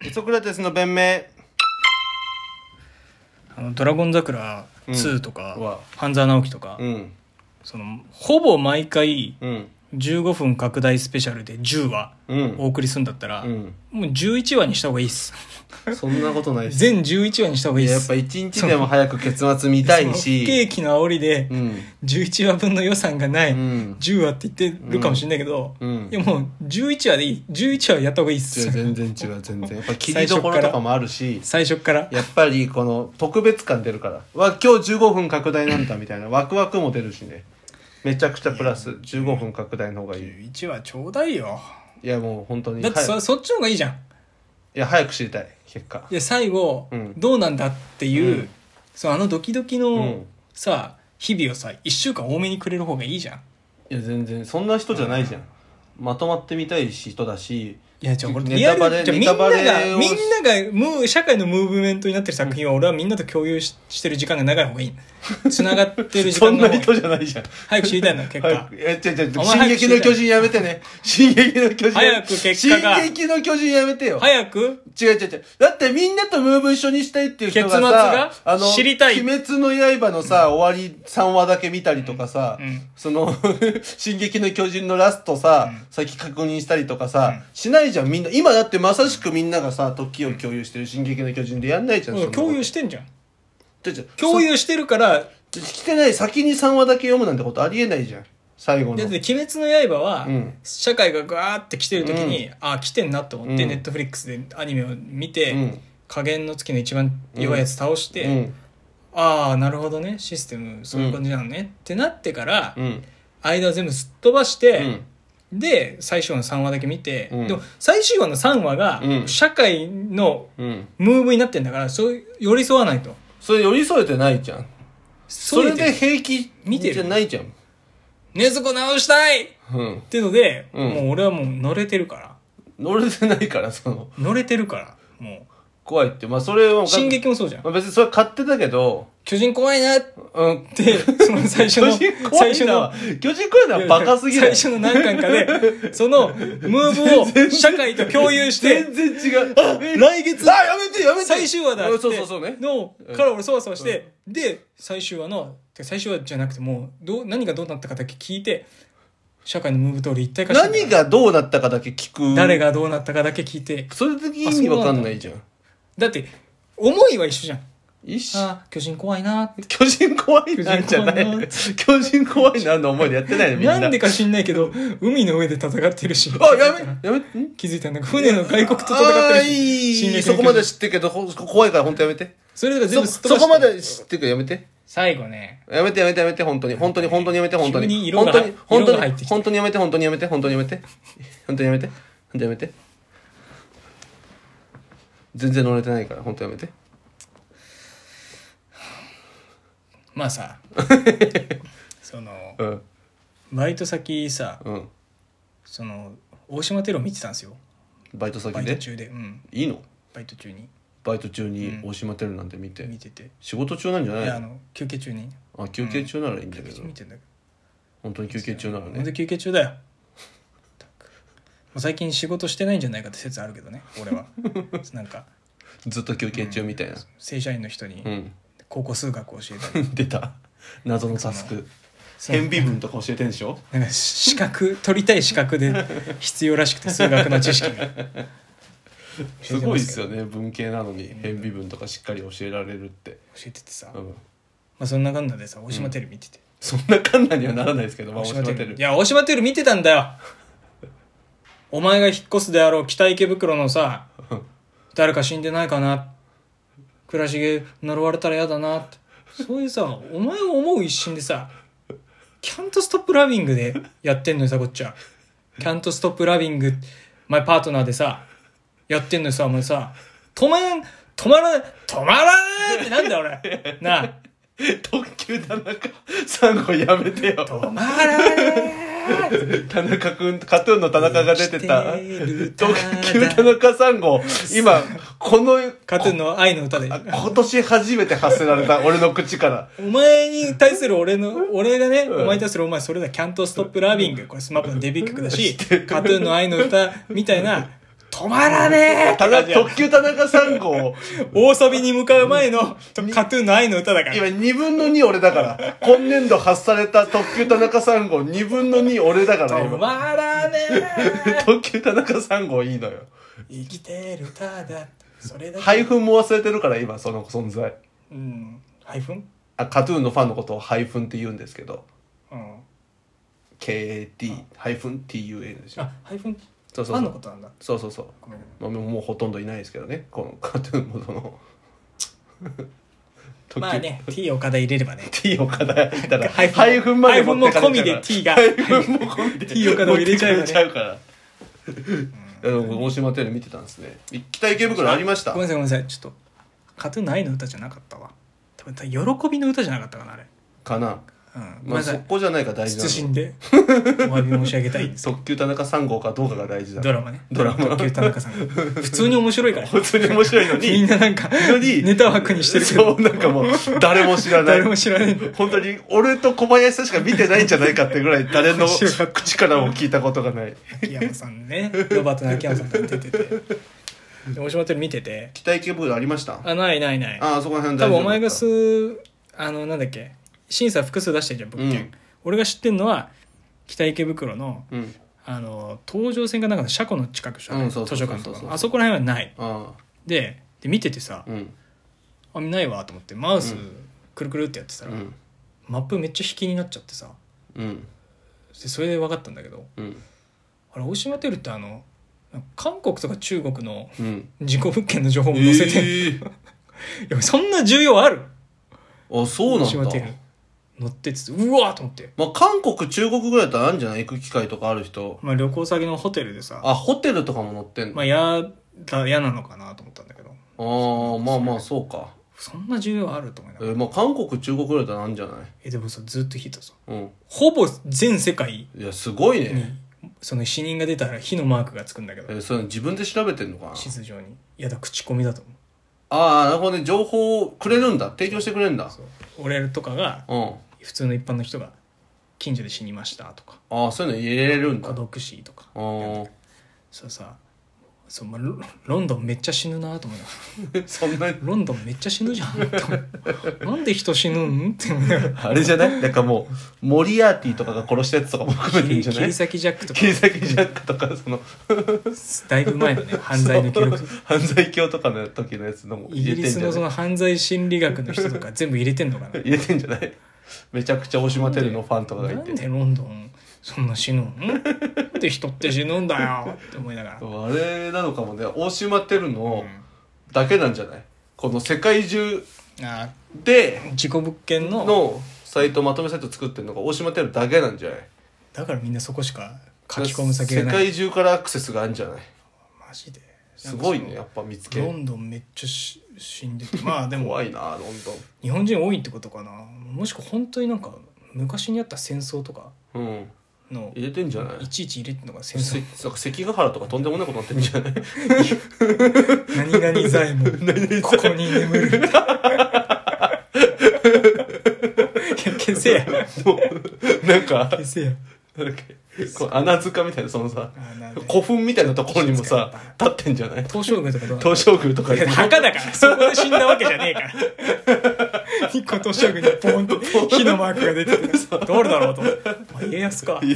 ソクラテスの弁明。 ドラゴン桜2とか、 うん半沢直樹とか、 うん。 そのほぼ毎回うん。 15分拡大スペシャルで10話うん。 お送りするんだったら、 うん。 もう11話にした方がいいっす。 そんなことないっす。 全11話にした方がいいっす。 やっぱ一日でも早く結末見たいその不し。 景気の煽りでうん。 11話分の予算がない、 うん 10話って言ってるかもしれないけど、 うんいやもう11話でいい。11話やった方がいいっす。 全然違う全然。やっぱ切りどころとかもあるし。 最初からやっぱりこの特別感出るから。今日15分拡大なんだみたいなワクワクも出るしね。めちゃくちゃプラス15分拡大の方がいい。 11話ちょうだいよ。 いやもう本当に。 だってそっちの方がいいじゃん。 いや早く知りたい結果。 で最後、 うんどうなんだっていう、 うんあのドキドキの、 うんさ日々をさ1週間多めにくれる方がいいじゃん。 いや全然そんな人じゃないじゃん。まとまってみたい人だし。 いやじゃあこれネタバレみんながを社会のムーブメントになってる作品は俺はみんなと共有してる時間が長い方がいい。つながってる時そんな間が人じゃないじゃん。 早く知りたいの結果、 早く。いや違う違う。 お前進撃の巨人やめてね。進撃の巨人。 早く結果が進撃の巨人やめてよ。 早く違う違う違う。だってみんなとムーブ一緒にしたいっていう人がさ、 結末が知りたい鬼滅の刃のさ、終わり3話だけ見たりとかさ、 うんその、進撃の巨人のラストさ、先確認したりとかさ、しないじゃんみんな。今だってまさしくみんながさ、時を共有してる進撃の巨人でやんないじゃん。そんなこと共有してんじゃん。 違う共有してるから来てない先に3話だけ読むなんてことありえないじゃん。最後の。 だって鬼滅の刃は、 うん社会がガーって来てる時に、あ来てんなと思って、 うんネットフリックスでアニメを見て、 うん加減の月の一番弱いやつ倒して、 うん。 ああなるほどねシステムそういう感じなのね、ってなってから、 うん。 間を全部すっ飛ばして、 うん。 で最終話の3話だけ見て、 うんでも最終話の3話が、 うん社会のうん。 ムーブになってんだからそういう寄り添わないと。 それ寄り添えてないじゃん。それでで平気見てるじゃないじゃん。 禰豆子直したいっうん。 ていうので、 うんもう俺はもう乗れてるから乗れてないから、その、 乗れてるからも怖いって。まあ、それはう進撃もそうじゃん。 まあ、別にそれ勝手だけど、 巨人怖いなっうん。 てその最初の巨人怖いのは、巨人怖いのはバカすぎる。 最初の何巻かでそのムーブを社会と共有して全然違う。 来月あ、やめてやめて最終話だってそうそうそうね。 のから俺そわそわして、で最終話の最終話じゃなくてもう何がどうなったかだけ聞いて社会のムーブ通り一体化して何がどうなったかだけ聞く。 誰がどうなったかだけ聞いて、 それ的に意味わかんないじゃん。 だって思いは一緒じゃん。 一緒。 あ巨人怖いなって巨人怖いなんじゃな巨人怖いい。巨人怖いなの思いでやってないのみんな。 なんでか知んないけど海の上で戦ってるし、 あ、やめ、 気づいたなんか船の外国と戦ってるし、進撃の巨人そこまで知ってるけど、怖いから本当やめて。 それが全部すっ飛そばしてこまで知ってるからやめて。 最後ねやめて、本当にやめて、本当に。 急に色が本当に入ってきて本当にやめて、本当にやめて。全然乗れてないから、本当やめて。 まあさそのうん。 バイト先さうん。 その大島テロ見てたんですよ。 バイト先バイトで中でいいの？ バイト中にバイト中に大島テルなんて見て。 見てて、 仕事中なんじゃないいやの？ 休憩中にあ、休憩中ならいいんだけど。 見てんだけど、 本当に休憩中ならね。 ほんで休憩中だよ。もう最近仕事してないんじゃないかって説あるけどね俺はなんかずっと休憩中みたいな。 正社員の人にうん。 高校数学を教えたり、 出た。謎のタスク。 その変微分とか教えてんでしょ？ なんか資格取りたい資格で必要らしくて数学の知識がすごいですよね。文系なのに変微分とかしっかり教えられるって。 教えててさ、 うん。 まあ、そんなかんなでさ大島テル見てて、 そんな簡単にはならないですけど、まあ、 大大島テルい。や大島テル見てたんだよお前が引っ越すであろう北池袋のさ誰か死んでないかな倉重呪われたら嫌だなってそういうさお前を思う一心でさキャントストップラビングでやってんのよさこっちはキャントストップラビングマイパートナーでさやってんのよさお前さ止まらないってなんだよ俺なあ特急田中さんごやめてよ。 止まらない田中くん、カトゥーンの田中が出てた生きてる特急田中さんご、今このカトゥーンの愛の歌で今年初めて発せられた俺の口からお前に対する俺がね、お前に対するお前それだキャントストップラビングこれスマップのデビュー曲だしカトゥーンの愛の歌みたいな止まらねえ特急田中3号。 大サビに向かう前のカトゥーンの愛の歌だから。 今2分の2俺だから。今年度発された特急田中3号2分の2俺だから止今。 まらねえ特急田中3号いいのよ。 生きてるただそれだけ。 ハイフンも忘れてるから今その存在。 うん。ハイフン？ カトゥーンのファンのことをハイフンって言うんですけど。 うん。 KAT-TUN でしょ。 あ、ハイフンそうファンのことなんだ。 そうそうそう。 ごめん。 まあ、もうほとんどいないですけどね。このカトゥーンもそのまあね、T 岡田入れればね。 T 岡田入ったらハイフンまで持ってかれちゃうから。 込みで T が。 ハイフンも込みで T 岡田を入れちゃうから。大島テレビ見てたんですね。北池袋ありました。 ごめんなさい。ちょっとカトゥーンの愛の歌じゃなかったわ。多分喜びの歌じゃなかったかなあれ。 かな。 うん。 まあそこじゃないか大事なの。 謹んでお詫び申し上げたいんです。 特急田中3号かどうかが大事だ。 ドラマね。 ドラマ。 特急田中さん。普通に面白いから。 普通に面白いのに。 みんななんかネタ枠にしてるけど。 そうなんかもう誰も知らない。 誰も知らない。 本当に俺と小林さんしか見てないんじゃないかってぐらい誰の口からも聞いたことがない。 秋山さんね。ロバートの秋山さんと出てて。大島テレビ見てて。 北池袋ありました？ あ、ない。 あそこら辺多分お前がなんだっけ、審査複数出してんじゃん物件、俺が知ってんのは北池袋の、東上線かなんかの車庫の近くでしょ、図書館とかあそこら辺はない。で見ててさ、あないわと思ってマウスくるくるってやってたら、マップめっちゃ引きになっちゃってさ、でそれで分かったんだけど、あれ大島テルって韓国とか中国の事故物件の情報も載せていやそんな重要ある？ あ、そうなんだ。 乗っててうわーと思って。 まあ韓国中国ぐらいだったらあるんじゃない？行く機会とかある人。 まあ旅行先のホテルでさ。 あ、ホテルとかも乗ってんの？ まあ嫌なのかなと思ったんだけど。 ああ、まあまあそうか。 そんな重要あると思いながら。 まあ韓国中国ぐらいだったらあるんじゃない？ でもさずっと引いたさ。 ほぼ全世界。 いやすごいね。 その死人が出たら火のマークがつくんだけど。 それ自分で調べてんのかな？ 地図上に。いやだ口コミだと思う。 ああ、なるほどね。情報をくれるんだ。提供してくれるんだ。 俺とかが、普通の一般の人が近所で死にましたとか。 ああ、そういうの入れれるんだ。 孤独死とか。まあ、ロンドンめっちゃ死ぬなと思いながらそんなロンドンめっちゃ死ぬじゃんなんで人死ぬんって思いながらあれじゃない？なんかもうモリアーティとかが殺したやつとかも含めてんじゃない？ 切り裂きジャックとか切り裂きジャックとかだいぶ前のね犯罪の記録犯罪教とかの時のやつのもイギリスのその犯罪心理学の人とか全部入れてんのかな入れてんじゃない？めちゃくちゃ大島テルのファンとかがいてなんでロンドンそんな死ぬんって人って死ぬんだよって思いながらあれなのかもね。大島テルのだけなんじゃない？この世界中で事故物件のサイトまとめサイト作ってるのが大島テルだけなんじゃない？ だからみんなそこしか書き込む先がない。 世界中からアクセスがあるんじゃない？ マジですごいねやっぱ見つけ。 ロンドンめっちゃ死んでてまあでも怖いなロンドン。 日本人多いってことかな。もしくは本当になんか昔にあった戦争とかの入れてんじゃない？ いちいち入れてんのが戦争。 関ヶ原とかとんでもないことになってんじゃない？ 何々左衛門ここに眠る消せやなんか消せや穴塚みたいなそのさ古墳みたいなところにもさ立ってんじゃない？ 東照宮とかどう？ 東照宮とか墓だからそこで死んだわけじゃねえから日光東照宮にポンって火のマークが出ててどれだろうと思って家康か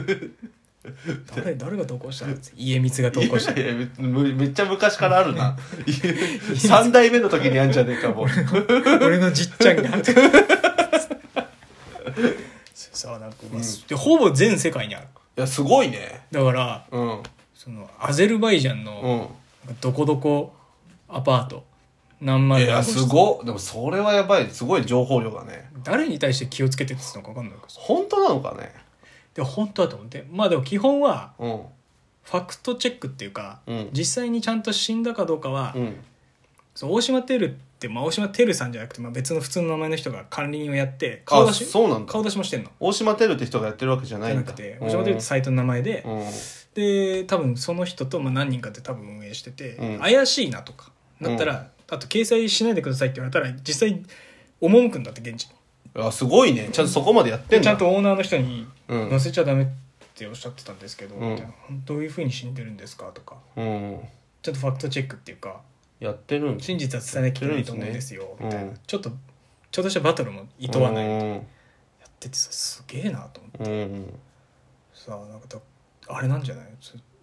誰が投稿したの？家光が投稿した。 いやめっちゃ昔からあるな3代目の時にあんじゃねえかもう俺のじっちゃんがさあなんか、ほぼ全世界にある。 いやすごいね。 だから、そのアゼルバイジャンの、どこどこアパート何万。 いやすごっ。でもそれはやばい。すごい情報量がね。 誰に対して気をつけてってのか分かんないけど本当なのかね。 で本当だと思って。まあでも基本は、ファクトチェックっていうか、実際にちゃんと死んだかどうかは、そう大島テルって、大島テルさんじゃなくて、別の普通の名前の人が管理人をやって顔出しもしてんの。 大島テルって人がやってるわけじゃないんだ。 じゃなくて大島テルってサイトの名前で、で多分その人と何人かって多分運営してて、怪しいなとかだったら、あと掲載しないでくださいって言われたら実際赴くんだって現地に。 すごいね。ちゃんとそこまでやってんだ。 ちゃんとオーナーの人に載せちゃダメってっておっしゃってたんですけど、 うんみたいなどういう風に死んでるんですかとか、 うんちょっとファクトチェックっていうかやってるん真実は伝えなきゃいけないと思うんですよみたいな、 うんちょっとしたバトルも厭わないうんやっててさ、すげえなと思ってうんさ、なんかあれなんじゃない？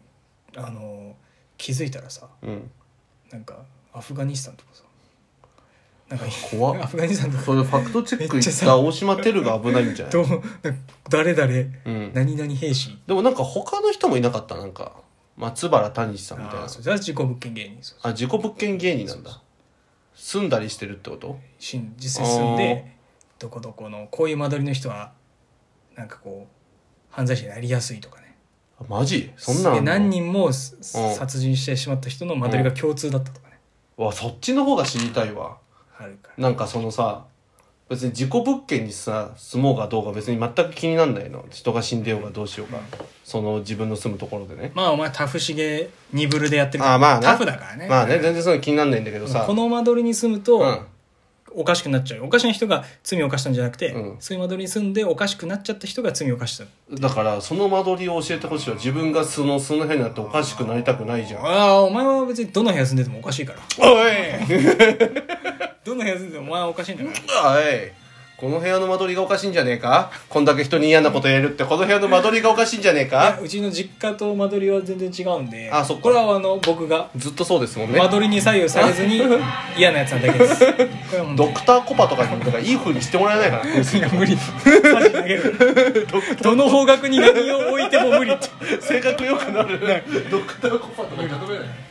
気づいたらさ、 うんなんかアフガニスタンとかさ、なんか怖っアフガニスタンとかそれファクトチェックめっちゃさ行った大島テルが危ないんじゃない？ なんか誰々、 うん何々兵士、 でもなんか他の人もいなかった？なんか松原谷さんみたいな。 それは自己物件芸人、 あ、自己物件芸人なんだ。住んだりしてるってこと？ 実際住んでどこどこのこういう間取りの人はなんかこう犯罪者になりやすいとかね、 あマジ？そんなんあんの？ 何人も殺人してしまった人の間取りが共通だったとかね、 わ、そっちの方が知りたいわ。 あるから。 なんかそのさ、別に自己物件にさ住もうかどうか別に全く気になんないの。人が死んでようがどうしようか、その自分の住むところでね。 まあお前タフしげニブルでやってるあ、まあな、 タフだからね。 まあね、全然そういうの気になんないんだけどさ、 この間取りに住むと、 うんおかしくなっちゃう。おかしな人が罪を犯したんじゃなくて、 うんそういう間取りに住んでおかしくなっちゃった人が罪を犯した。 だからその間取りを教えてほしいわ。自分がその辺になっておかしくなりたくないじゃん。 ああ、お前は別にどの部屋住んでてもおかしいから。 おいどの部屋住んでてもお前はおかしいんだから。 おい、この部屋の間取りがおかしいんじゃねえか。こんだけ人に嫌なこと言えるってこの部屋の間取りがおかしいんじゃねえいやか。 うちの実家と間取りは全然違うんで、 あそっかこれは僕がずっとそうですもんね。 間取りに左右されずに嫌なやつなだけです。これはもうドクターコパとかにとかいい風にしてもらえないかな。 いや無理。マジ投げる。どの方角に何を置いても無理って。 性格良くなるドクターコパとか頼めない。